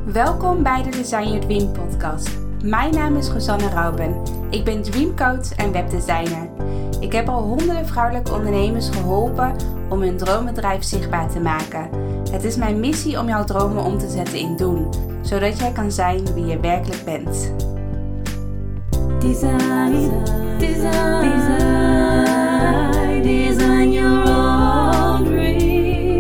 Welkom bij de Design Your Dream podcast. Mijn naam is Rosanne Rauben. Ik ben dreamcoach en webdesigner. Ik heb al honderden vrouwelijke ondernemers geholpen om hun droombedrijf zichtbaar te maken. Het is mijn missie om jouw dromen om te zetten in doen, zodat jij kan zijn wie je werkelijk bent. Design your own dream.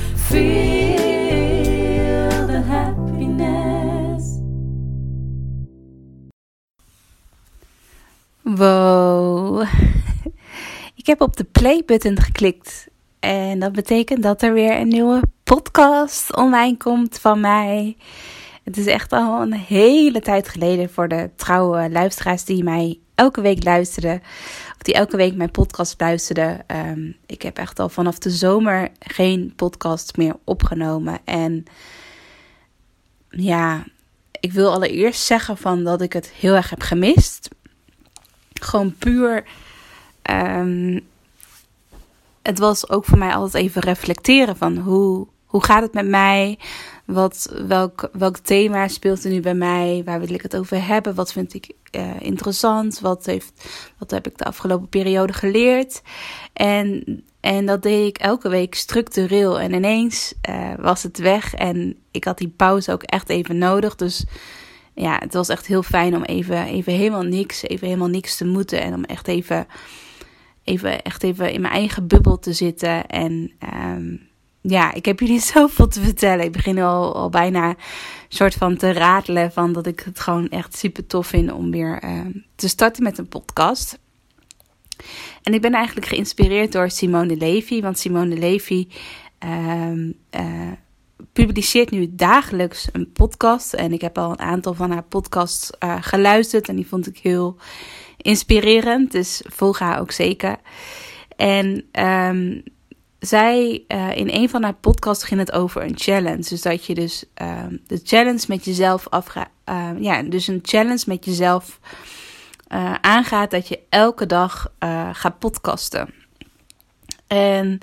Feel the happiness. Wow. Ik heb op de play-button geklikt. En dat betekent dat er weer een nieuwe podcast online komt van mij. Het is echt al een hele tijd geleden voor de trouwe luisteraars die mij elke week luisterden. Of die elke week mijn podcast luisterden. Ik heb echt al vanaf de zomer geen podcast meer opgenomen. En ja, ik wil allereerst zeggen dat ik het heel erg heb gemist. Gewoon puur. Het was ook voor mij altijd even reflecteren van hoe gaat het met mij? Welk thema speelt er nu bij mij? Waar wil ik het over hebben? Wat vind ik interessant? Wat heb ik de afgelopen periode geleerd? En dat deed ik elke week structureel. En ineens was het weg. En ik had die pauze ook echt even nodig. Dus ja, het was echt heel fijn om even helemaal niks te moeten. En om echt even in mijn eigen bubbel te zitten. En ja, ik heb jullie zoveel te vertellen. Ik begin al bijna soort van te ratelen van dat ik het gewoon echt super tof vind om weer te starten met een podcast. En ik ben eigenlijk geïnspireerd door Simone Levy. Want Simone Levy publiceert nu dagelijks een podcast. En ik heb al een aantal van haar podcasts geluisterd. En die vond ik heel inspirerend. Dus volg haar ook zeker. En zij, in een van haar podcasts ging het over een challenge. Dus dat je dus de challenge met jezelf dus een challenge met jezelf aangaat. Dat je elke dag gaat podcasten. En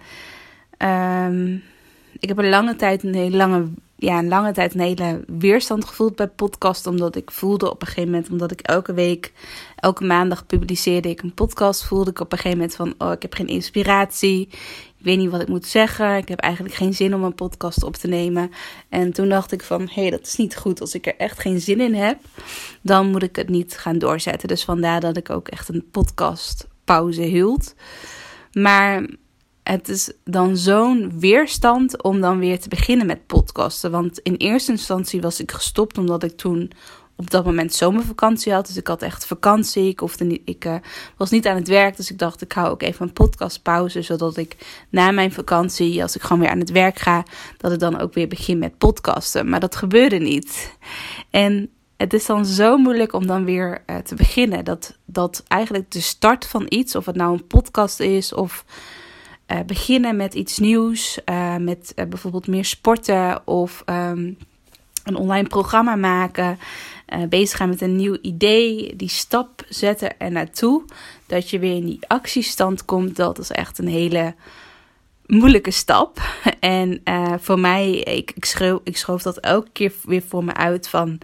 ik heb een lange tijd een hele weerstand gevoeld bij podcast. Omdat ik voelde op een gegeven moment, omdat ik elke maandag publiceerde ik een podcast, voelde ik op een gegeven moment van, ik heb geen inspiratie. Ik weet niet wat ik moet zeggen. Ik heb eigenlijk geen zin om een podcast op te nemen. En toen dacht ik van, dat is niet goed. Als ik er echt geen zin in heb, dan moet ik het niet gaan doorzetten. Dus vandaar dat ik ook echt een podcastpauze hield. Maar het is dan zo'n weerstand om dan weer te beginnen met podcasten. Want in eerste instantie was ik gestopt omdat ik toen op dat moment zomervakantie had. Dus ik had echt vakantie. Ik was niet aan het werk. Dus ik dacht, ik hou ook even een podcastpauze. Zodat ik na mijn vakantie, als ik gewoon weer aan het werk ga, dat ik dan ook weer begin met podcasten. Maar dat gebeurde niet. En het is dan zo moeilijk om dan weer te beginnen. Dat eigenlijk de start van iets, of het nou een podcast is of beginnen met iets nieuws, met bijvoorbeeld meer sporten of een online programma maken, bezig gaan met een nieuw idee, die stap zetten er naartoe, dat je weer in die actiestand komt, dat is echt een hele moeilijke stap. En voor mij, ik schoof dat elke keer weer voor me uit van,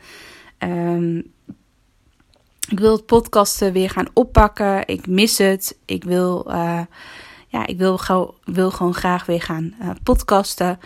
ik wil het podcasten weer gaan oppakken, ik mis het, ik wil gewoon graag weer gaan podcasten.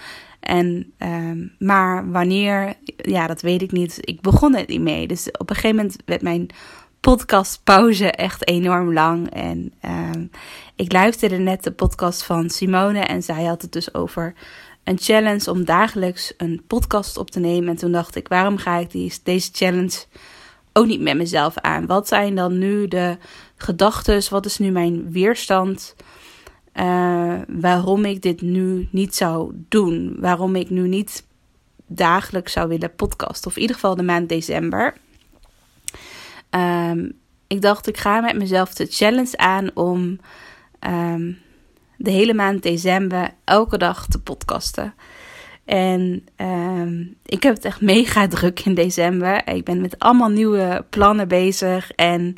Maar wanneer, dat weet ik niet. Ik begon er niet mee. Dus op een gegeven moment werd mijn podcastpauze echt enorm lang. En ik luisterde net de podcast van Simone. En zij had het dus over een challenge om dagelijks een podcast op te nemen. En toen dacht ik, waarom ga ik deze challenge ook niet met mezelf aan? Wat zijn dan nu de gedachtes? Wat is nu mijn weerstand? Waarom ik dit nu niet zou doen. Waarom ik nu niet dagelijks zou willen podcasten. Of in ieder geval de maand december. Ik dacht, ik ga met mezelf de challenge aan om de hele maand december elke dag te podcasten. En ik heb het echt mega druk in december. Ik ben met allemaal nieuwe plannen bezig. En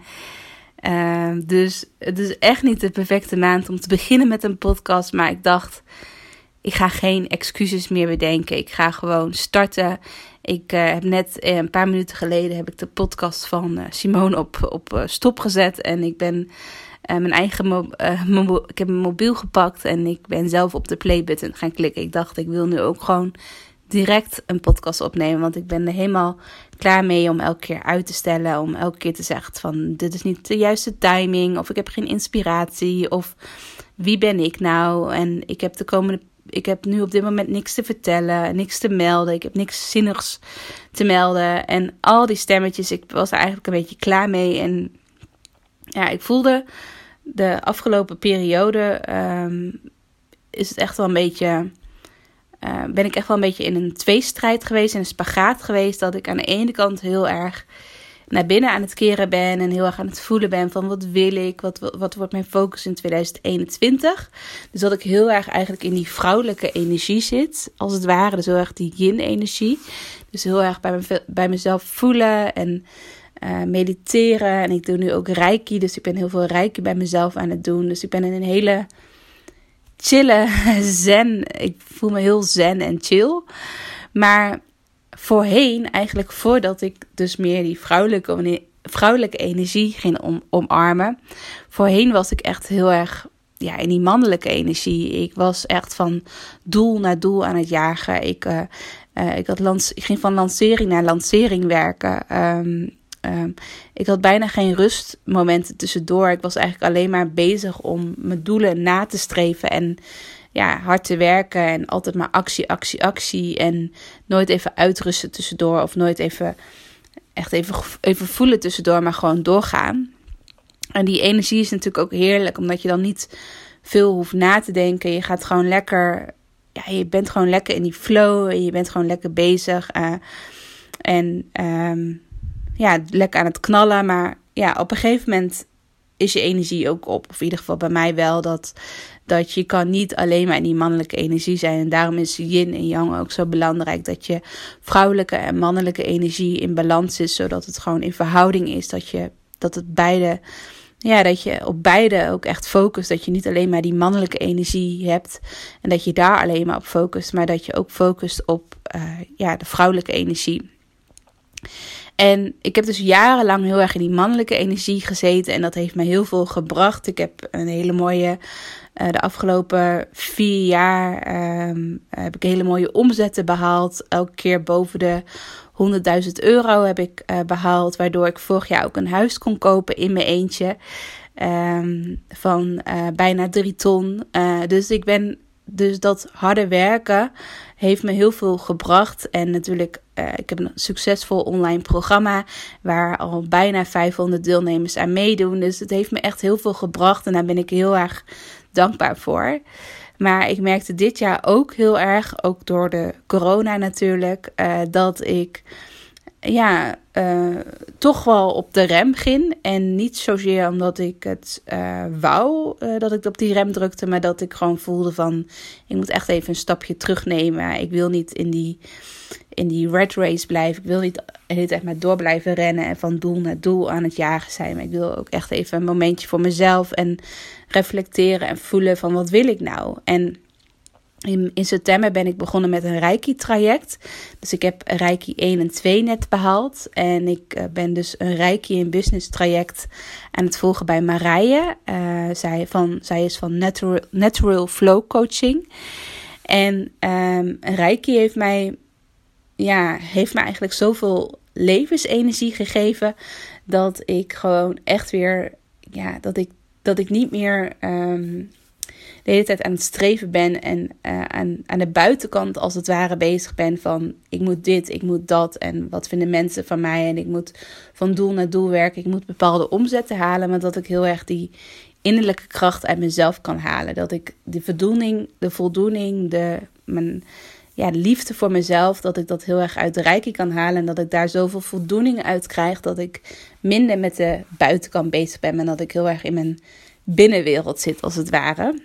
dus het is echt niet de perfecte maand om te beginnen met een podcast. Maar ik dacht, ik ga geen excuses meer bedenken. Ik ga gewoon starten. Ik heb net een paar minuten geleden heb ik de podcast van Simone op stop gezet. En ik ben mijn eigen ik heb mijn mobiel gepakt en ik ben zelf op de playbutton gaan klikken. Ik dacht, ik wil nu ook gewoon direct een podcast opnemen. Want ik ben er helemaal klaar mee om elke keer uit te stellen. Om elke keer te zeggen van dit is niet de juiste timing. Of ik heb geen inspiratie. Of wie ben ik nou? En ik heb nu op dit moment niks te vertellen. Niks te melden. Ik heb niks zinnigs te melden. En al die stemmetjes. Ik was er eigenlijk een beetje klaar mee. En ja, ik voelde de afgelopen periode is het echt wel een beetje ben ik echt wel een beetje in een tweestrijd geweest, in een spagaat geweest, dat ik aan de ene kant heel erg naar binnen aan het keren ben en heel erg aan het voelen ben van wat wil ik, wat wordt mijn focus in 2021. Dus dat ik heel erg eigenlijk in die vrouwelijke energie zit, als het ware, dus heel erg die yin-energie. Dus heel erg bij mezelf voelen en mediteren. En ik doe nu ook reiki, dus ik ben heel veel reiki bij mezelf aan het doen. Dus ik ben in een hele chille zen. Ik voel me heel zen en chill. Maar voorheen, eigenlijk voordat ik dus meer die vrouwelijke energie ging omarmen. Voorheen was ik echt heel erg in die mannelijke energie. Ik was echt van doel naar doel aan het jagen. Ik ging van lancering naar lancering werken. Ik had bijna geen rustmomenten tussendoor. Ik was eigenlijk alleen maar bezig om mijn doelen na te streven en hard te werken en altijd maar actie en nooit even uitrusten tussendoor of nooit even voelen tussendoor, maar gewoon doorgaan. En die energie is natuurlijk ook heerlijk, omdat je dan niet veel hoeft na te denken. Je gaat gewoon lekker, je bent gewoon lekker in die flow en je bent gewoon lekker bezig lekker aan het knallen. Maar op een gegeven moment is je energie ook op. Of in ieder geval bij mij wel. Dat je kan niet alleen maar in die mannelijke energie zijn. En daarom is yin en yang ook zo belangrijk. Dat je vrouwelijke en mannelijke energie in balans is. Zodat het gewoon in verhouding is. Dat je op beide ook echt focust. Dat je niet alleen maar die mannelijke energie hebt. En dat je daar alleen maar op focust. Maar dat je ook focust op de vrouwelijke energie. En ik heb dus jarenlang heel erg in die mannelijke energie gezeten. En dat heeft me heel veel gebracht. Ik heb een hele mooie, de afgelopen 4 jaar heb ik hele mooie omzetten behaald. Elke keer boven de €100.000 heb ik behaald. Waardoor ik vorig jaar ook een huis kon kopen in mijn eentje. Van bijna 3 ton. Dus dat harde werken heeft me heel veel gebracht. En natuurlijk, ik heb een succesvol online programma waar al bijna 500 deelnemers aan meedoen. Dus het heeft me echt heel veel gebracht en daar ben ik heel erg dankbaar voor. Maar ik merkte dit jaar ook heel erg, ook door de corona natuurlijk, dat ik toch wel op de rem ging. En niet zozeer omdat ik het wou dat ik op die rem drukte. Maar dat ik gewoon voelde van, ik moet echt even een stapje terugnemen. Ik wil niet in die rat race blijven. Ik wil niet de hele tijd maar door blijven rennen en van doel naar doel aan het jagen zijn. Maar ik wil ook echt even een momentje voor mezelf en reflecteren en voelen van wat wil ik nou? En in september ben ik begonnen met een Reiki-traject. Dus ik heb Reiki 1 en 2 net behaald. En ik ben dus een Reiki in Business traject aan het volgen bij Marije. Zij is van Natural Flow Coaching. En Reiki heeft mij eigenlijk zoveel levensenergie gegeven. Dat ik gewoon echt weer, dat ik niet meer de hele tijd aan het streven ben en aan de buitenkant als het ware bezig ben van ik moet dit, ik moet dat en wat vinden mensen van mij en ik moet van doel naar doel werken, ik moet bepaalde omzetten halen, maar dat ik heel erg die innerlijke kracht uit mezelf kan halen, dat ik de voldoening, de liefde voor mezelf, dat ik dat heel erg uit de Reiki kan halen en dat ik daar zoveel voldoening uit krijg dat ik minder met de buitenkant bezig ben en dat ik heel erg in mijn binnenwereld zit als het ware.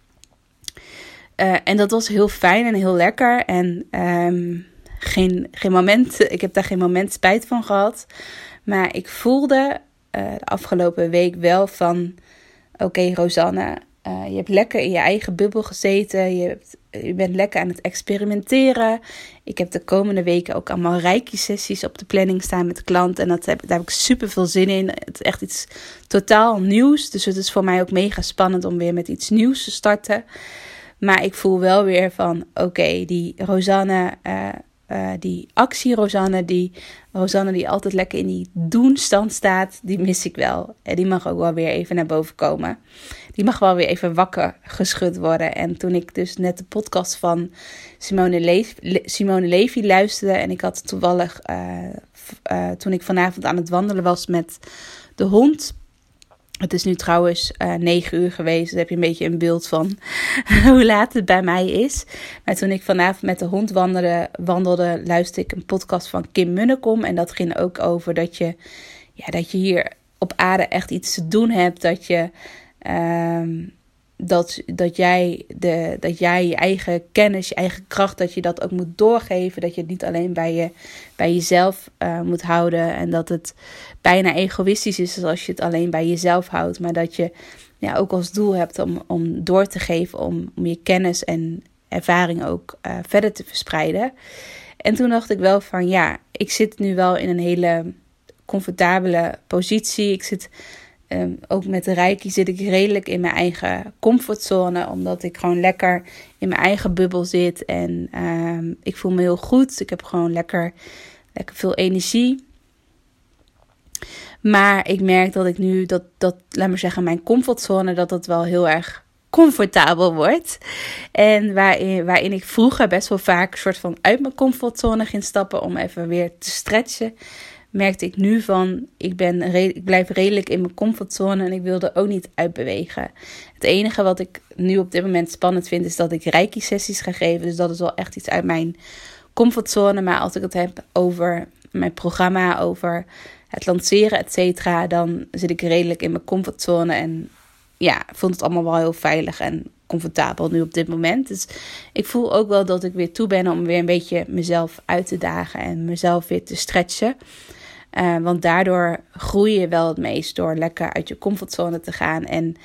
En dat was heel fijn en heel lekker. En geen moment, ik heb daar geen moment spijt van gehad. Maar ik voelde de afgelopen week wel van, oké, Rosanne, je hebt lekker in je eigen bubbel gezeten. Je hebt je bent lekker aan het experimenteren. Ik heb de komende weken ook allemaal Reiki-sessies op de planning staan met klanten. En daar heb ik super veel zin in. Het is echt iets totaal nieuws. Dus het is voor mij ook mega spannend om weer met iets nieuws te starten. Maar ik voel wel weer van, oké, die Rosanne, die actie Rosanne die altijd lekker in die doen-stand staat, die mis ik wel. En die mag ook wel weer even naar boven komen. Die mag wel weer even wakker geschud worden. En toen ik dus net de podcast van Simone Levy luisterde, en ik had toevallig, toen ik vanavond aan het wandelen was met de hond. Het is nu trouwens 9 uur geweest. Dan heb je een beetje een beeld van hoe laat het bij mij is. Maar toen ik vanavond met de hond wandelde, luisterde ik een podcast van Kim Munnekom. En dat ging ook over dat je hier op aarde echt iets te doen hebt. Dat je dat jij je eigen kennis, je eigen kracht, dat je dat ook moet doorgeven. Dat je het niet alleen bij jezelf moet houden. En dat het bijna egoïstisch is als je het alleen bij jezelf houdt. Maar dat je ook als doel hebt om door te geven. Om je kennis en ervaring ook verder te verspreiden. En toen dacht ik wel van ik zit nu wel in een hele comfortabele positie. Ik zit... ook met de Reiki zit ik redelijk in mijn eigen comfortzone. Omdat ik gewoon lekker in mijn eigen bubbel zit. En ik voel me heel goed. Ik heb gewoon lekker veel energie. Maar ik merk dat ik nu dat laat maar zeggen, mijn comfortzone, dat wel heel erg comfortabel wordt. En waarin ik vroeger best wel vaak een soort van uit mijn comfortzone ging stappen om even weer te stretchen, merkte ik nu van, ik blijf redelijk in mijn comfortzone en ik wil er ook niet uitbewegen. Het enige wat ik nu op dit moment spannend vind, is dat ik Reiki-sessies ga geven. Dus dat is wel echt iets uit mijn comfortzone. Maar als ik het heb over mijn programma, over het lanceren, et cetera, dan zit ik redelijk in mijn comfortzone. En ik vond het allemaal wel heel veilig en comfortabel nu op dit moment. Dus ik voel ook wel dat ik weer toe ben om weer een beetje mezelf uit te dagen en mezelf weer te stretchen. Want daardoor groei je wel het meest door lekker uit je comfortzone te gaan.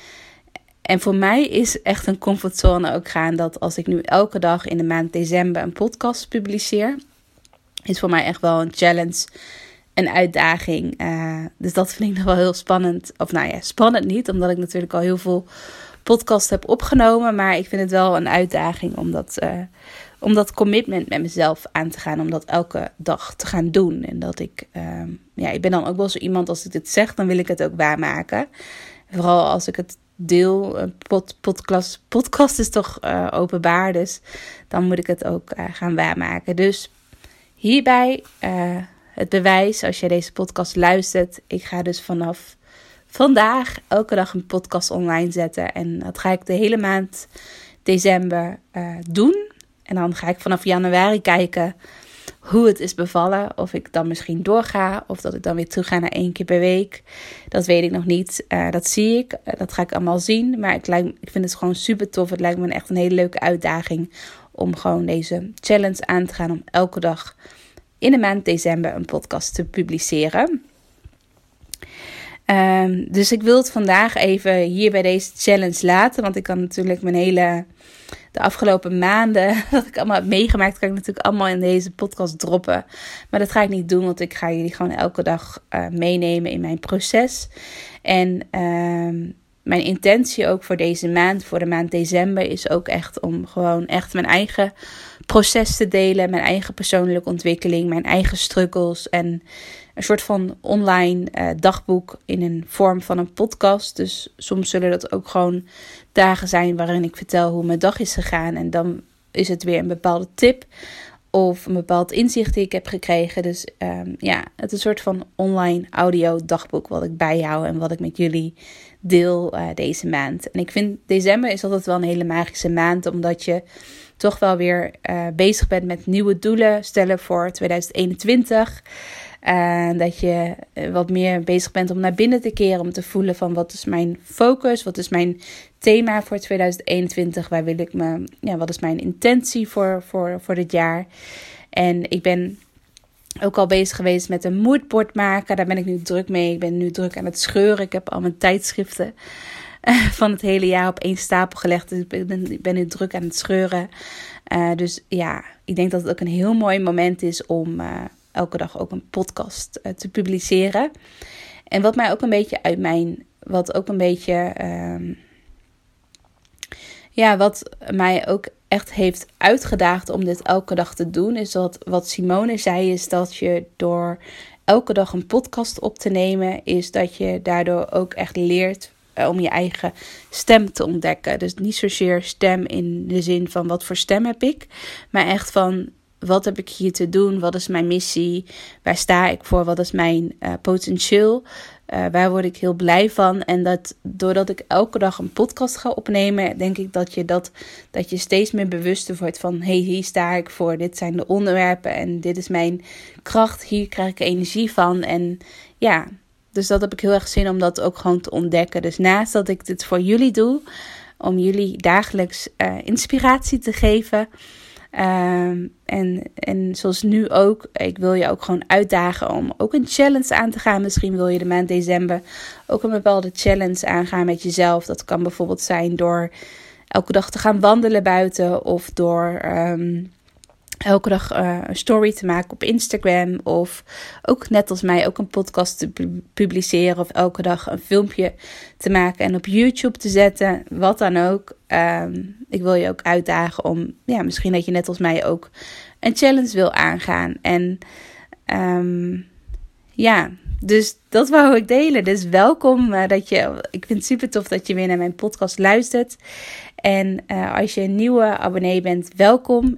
En voor mij is echt een comfortzone ook gaan dat als ik nu elke dag in de maand december een podcast publiceer, is voor mij echt wel een challenge, een uitdaging. Dus dat vind ik nog wel heel spannend. Of spannend niet, omdat ik natuurlijk al heel veel podcasts heb opgenomen. Maar ik vind het wel een uitdaging om dat commitment met mezelf aan te gaan. Om dat elke dag te gaan doen. En dat ik ben dan ook wel zo iemand, als ik dit zeg, dan wil ik het ook waarmaken. Vooral als ik het deel. Podcast is toch openbaar. Dus dan moet ik het ook gaan waarmaken. Dus hierbij het bewijs, als je deze podcast luistert. Ik ga dus vanaf vandaag elke dag een podcast online zetten. En dat ga ik de hele maand december doen. En dan ga ik vanaf januari kijken hoe het is bevallen. Of ik dan misschien doorga. Of dat ik dan weer terug ga naar 1 keer per week. Dat weet ik nog niet. Dat zie ik. Dat ga ik allemaal zien. Maar ik vind het gewoon super tof. Het lijkt me echt een hele leuke uitdaging om gewoon deze challenge aan te gaan. Om elke dag in de maand december een podcast te publiceren. Dus ik wil het vandaag even hier bij deze challenge laten. Want ik kan natuurlijk de afgelopen maanden dat ik allemaal heb meegemaakt, kan ik natuurlijk allemaal in deze podcast droppen. Maar dat ga ik niet doen, want ik ga jullie gewoon elke dag meenemen in mijn proces. En mijn intentie ook voor deze maand, voor de maand december, is ook echt om gewoon echt mijn eigen proces te delen. Mijn eigen persoonlijke ontwikkeling, mijn eigen struggles en een soort van online dagboek in een vorm van een podcast. Dus soms zullen dat ook gewoon dagen zijn waarin ik vertel hoe mijn dag is gegaan. En dan is het weer een bepaalde tip of een bepaald inzicht die ik heb gekregen. Dus het is een soort van online audio dagboek wat ik bijhoud en wat ik met jullie deel deze maand. En ik vind december is altijd wel een hele magische maand, omdat je toch wel weer bezig bent met nieuwe doelen stellen voor 2021. Dat je wat meer bezig bent om naar binnen te keren. Om te voelen van wat is mijn focus? Wat is mijn thema voor 2021? Waar wil ik wat is mijn intentie voor dit jaar? En ik ben ook al bezig geweest met een moodboard maken. Daar ben ik nu druk mee. Ik ben nu druk aan het scheuren. Ik heb al mijn tijdschriften van het hele jaar op één stapel gelegd. Dus ik ben nu druk aan het scheuren. Dus ja, ik denk dat het ook een heel mooi moment is om elke dag ook een podcast te publiceren. En wat mij ook een beetje wat mij ook echt heeft uitgedaagd om dit elke dag te doen, is wat Simone zei, is dat je door elke dag een podcast op te nemen, is dat je daardoor ook echt leert om je eigen stem te ontdekken. Dus niet zozeer stem in de zin van wat voor stem heb ik, maar echt van wat heb ik hier te doen, wat is mijn missie, waar sta ik voor, wat is mijn potentieel, waar word ik heel blij van. En doordat ik elke dag een podcast ga opnemen, denk ik dat je steeds meer bewuster wordt van hey, hier sta ik voor, dit zijn de onderwerpen en dit is mijn kracht, hier krijg ik energie van. En ja, dus dat heb ik heel erg zin om dat ook gewoon te ontdekken. Dus naast dat ik dit voor jullie doe, om jullie dagelijks inspiratie te geven, en zoals nu ook, ik wil je ook gewoon uitdagen om ook een challenge aan te gaan. Misschien wil je de maand december ook een bepaalde challenge aangaan met jezelf. Dat kan bijvoorbeeld zijn door elke dag te gaan wandelen buiten, of door elke dag een story te maken op Instagram, of ook net als mij ook een podcast te publiceren, of elke dag een filmpje te maken en op YouTube te zetten, wat dan ook. Ik wil je ook uitdagen om, misschien dat je net als mij ook een challenge wil aangaan. En dus dat wou ik delen. Dus welkom ik vind het super tof dat je weer naar mijn podcast luistert. En als je een nieuwe abonnee bent, welkom.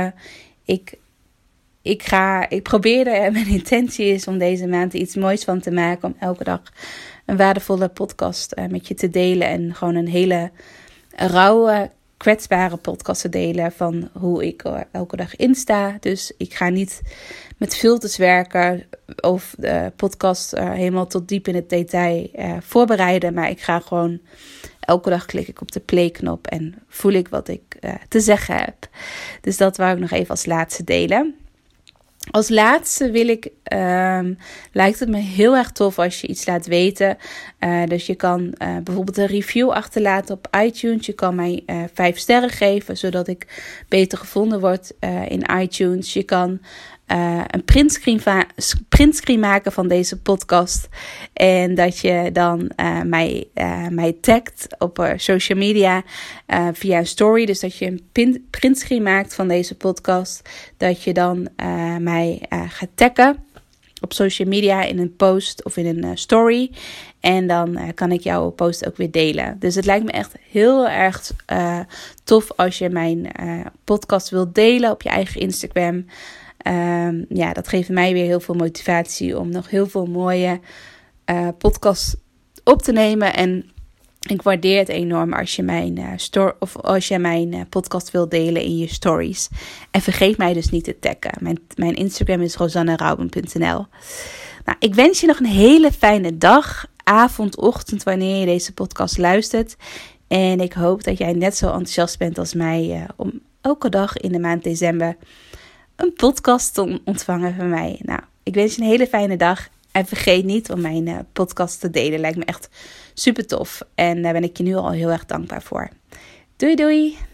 Ik probeer mijn intentie is om deze maand iets moois van te maken. Om elke dag een waardevolle podcast met je te delen. En gewoon een hele rauwe, kwetsbare podcast te delen van hoe ik elke dag insta. Dus ik ga niet met filters werken of de podcast helemaal tot diep in het detail voorbereiden. Maar ik ga gewoon elke dag klik ik op de play-knop en voel ik wat ik te zeggen heb. Dus dat wou ik nog even als laatste delen. Als laatste lijkt het me heel erg tof als je iets laat weten. Dus je kan bijvoorbeeld een review achterlaten op iTunes. Je kan mij 5 sterren geven, zodat ik beter gevonden word in iTunes. Je kan een printscreen maken van deze podcast. En dat je dan mij tagt op social media via een story. Dus dat je een printscreen maakt van deze podcast. Dat je dan mij gaat taggen op social media in een post of in een story. En dan kan ik jouw post ook weer delen. Dus het lijkt me echt heel erg tof als je mijn podcast wilt delen op je eigen Instagram. Dat geeft mij weer heel veel motivatie om nog heel veel mooie podcasts op te nemen. En ik waardeer het enorm als je mijn podcast wilt delen in je stories. En vergeet mij dus niet te taggen. Mijn Instagram is rosannerauben.nl. Nou, ik wens je nog een hele fijne dag, avond, ochtend, wanneer je deze podcast luistert. En ik hoop dat jij net zo enthousiast bent als mij om elke dag in de maand december een podcast te ontvangen van mij. Nou, ik wens je een hele fijne dag. En vergeet niet om mijn podcast te delen. Lijkt me echt super tof. En daar ben ik je nu al heel erg dankbaar voor. Doei doei!